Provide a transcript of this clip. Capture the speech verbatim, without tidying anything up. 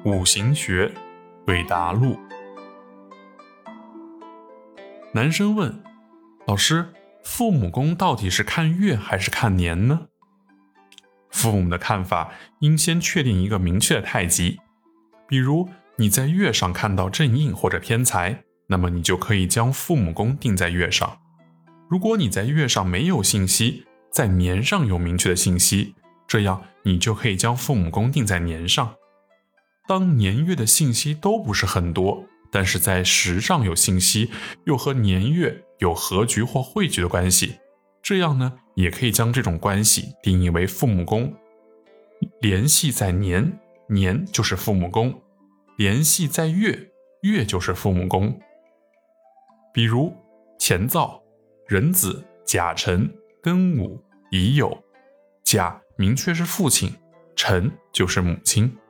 五行学，韦达录。男生问：老师，父母宫到底是看月还是看年呢？父母的看法应先确定一个明确的太极，比如你在月上看到正印或者偏财，那么你就可以将父母宫定在月上。如果你在月上没有信息，在年上有明确的信息，这样你就可以将父母宫定在年上。当年月的信息都不是很多，但是在时上有信息，又和年月有合局或汇聚的关系，这样呢，也可以将这种关系定义为父母宫。联系在年，年就是父母宫；联系在月，月就是父母宫。比如乾燥、壬子、甲辰、庚午、乙酉，甲明确是父亲，辰就是母亲。